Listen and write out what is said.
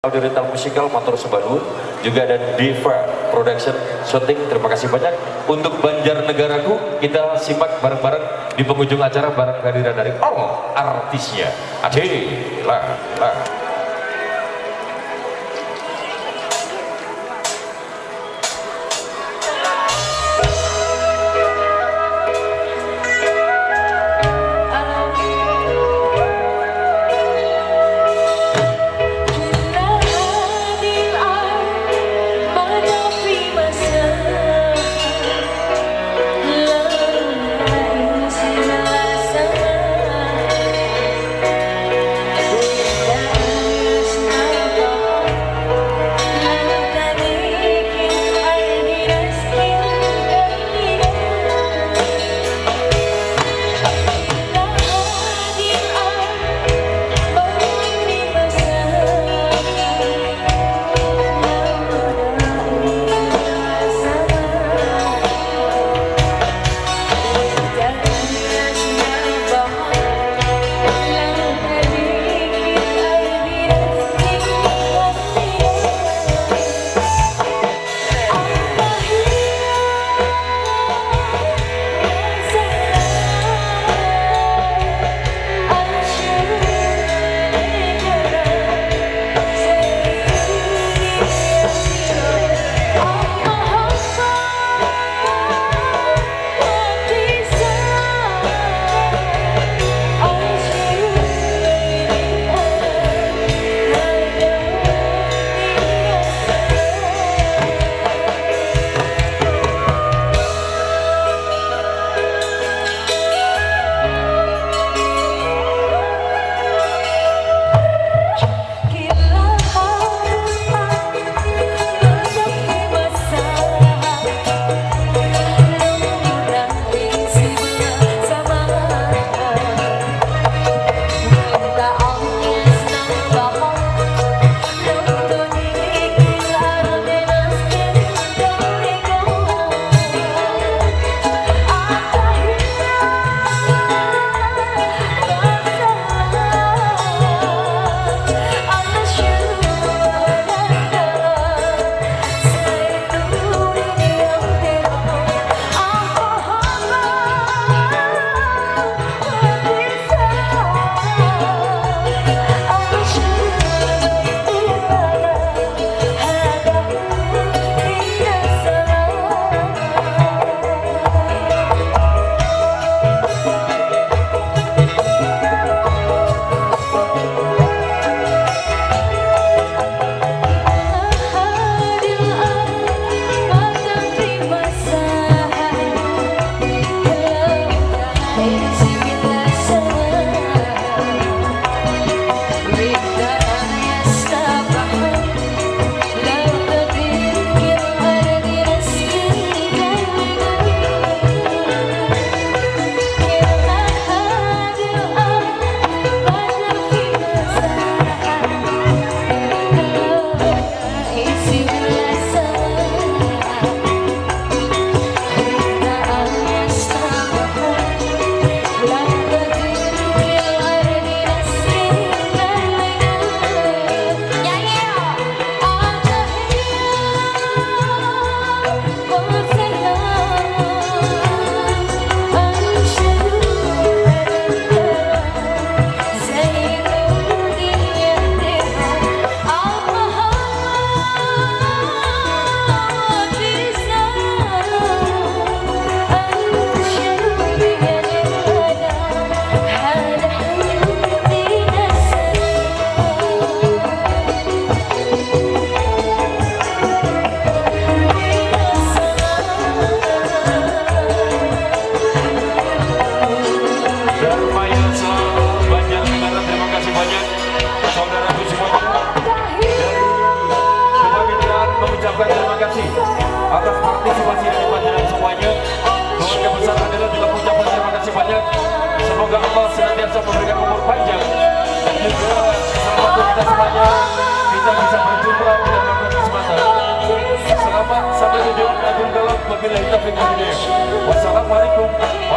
Audio rental musikal Motor Sebadun, juga ada Diva Production Shooting. Terima kasih banyak. Untuk Banjarnegaraku, kita simak bareng-bareng di penghujung acara bareng kehadiran dari all artisnya. Adela. Atas partisipasi yang dipanjang semuanya, keluarga besar adalah juga mengucapkan terima kasih banyak. Semoga Allah senantiasa memberikan umur panjang dan juga keselamatan kita semuanya. Kita bisa berjumpa dan melakukan kesempatan. Selamat sampai tujuan. Agung dalam wabillahi taufiq wal hidayah. Wassalamualaikum